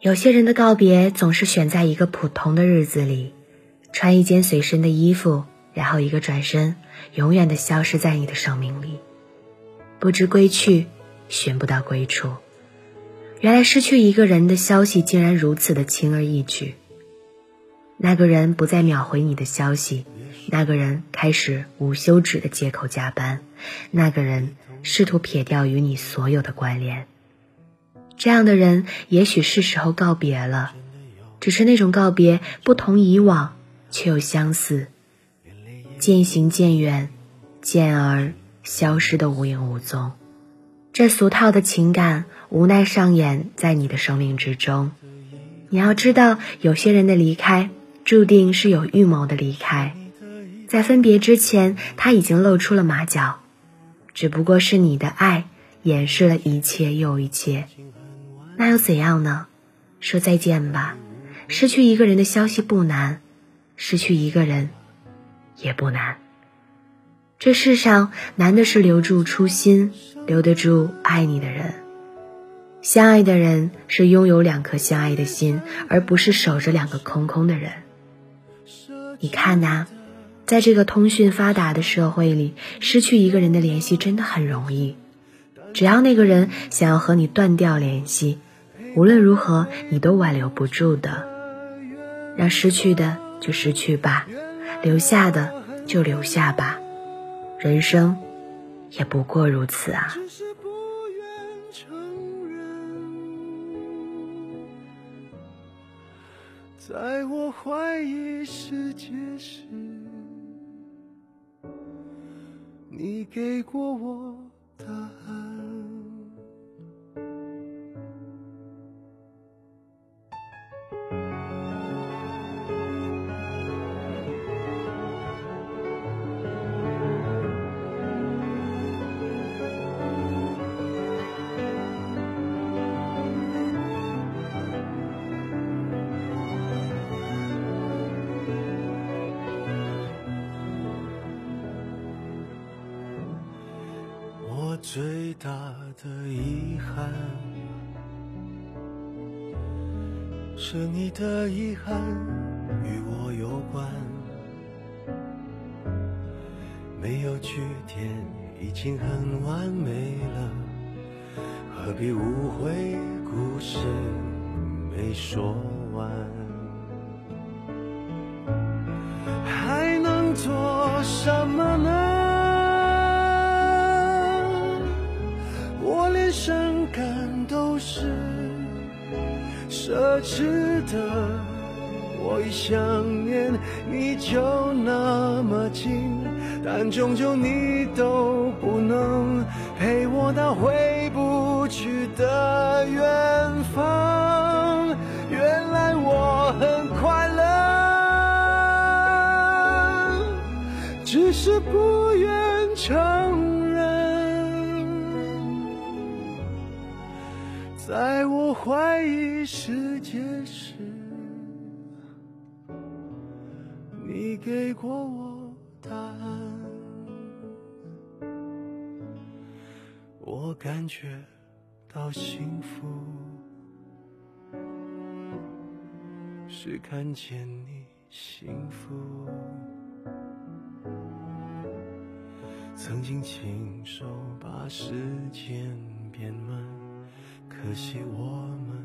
有些人的告别总是选在一个普通的日子里，穿一件随身的衣服，然后一个转身，永远地消失在你的生命里，不知归去，寻不到归处。原来失去一个人的消息竟然如此的轻而易举。那个人不再秒回你的消息，那个人开始无休止的借口加班，那个人试图撇掉与你所有的关联。这样的人也许是时候告别了，只是那种告别不同以往，却又相似，渐行渐远，渐而消失得无影无踪。这俗套的情感无奈上演在你的生命之中。你要知道，有些人的离开注定是有预谋的离开，在分别之前他已经露出了马脚，只不过是你的爱掩饰了一切又一切。那又怎样呢？说再见吧。失去一个人的消息不难，失去一个人也不难。这世上难的是留住初心，留得住爱你的人。相爱的人是拥有2颗相爱的心，而不是守着2个空空的人。你看呐，在这个通讯发达的社会里，失去一个人的联系真的很容易。只要那个人想要和你断掉联系，无论如何你都挽留不住的。让失去的就失去吧，留下的就留下吧，人生也不过如此啊。 只是不愿承认，在我怀疑世界时，你给过我答案。最大的遗憾是你的遗憾与我有关，没有句点已经很完美了，何必误会故事没说完，还能做什么呢？伤感都是奢侈的，我一想念你就那么近，但终究你都不能陪我到回不去的远方。原来我很快乐，只是不愿承在我怀疑世界时，你给过我答案。我感觉到幸福，是看见你幸福。曾经亲手把时间变慢，可惜我们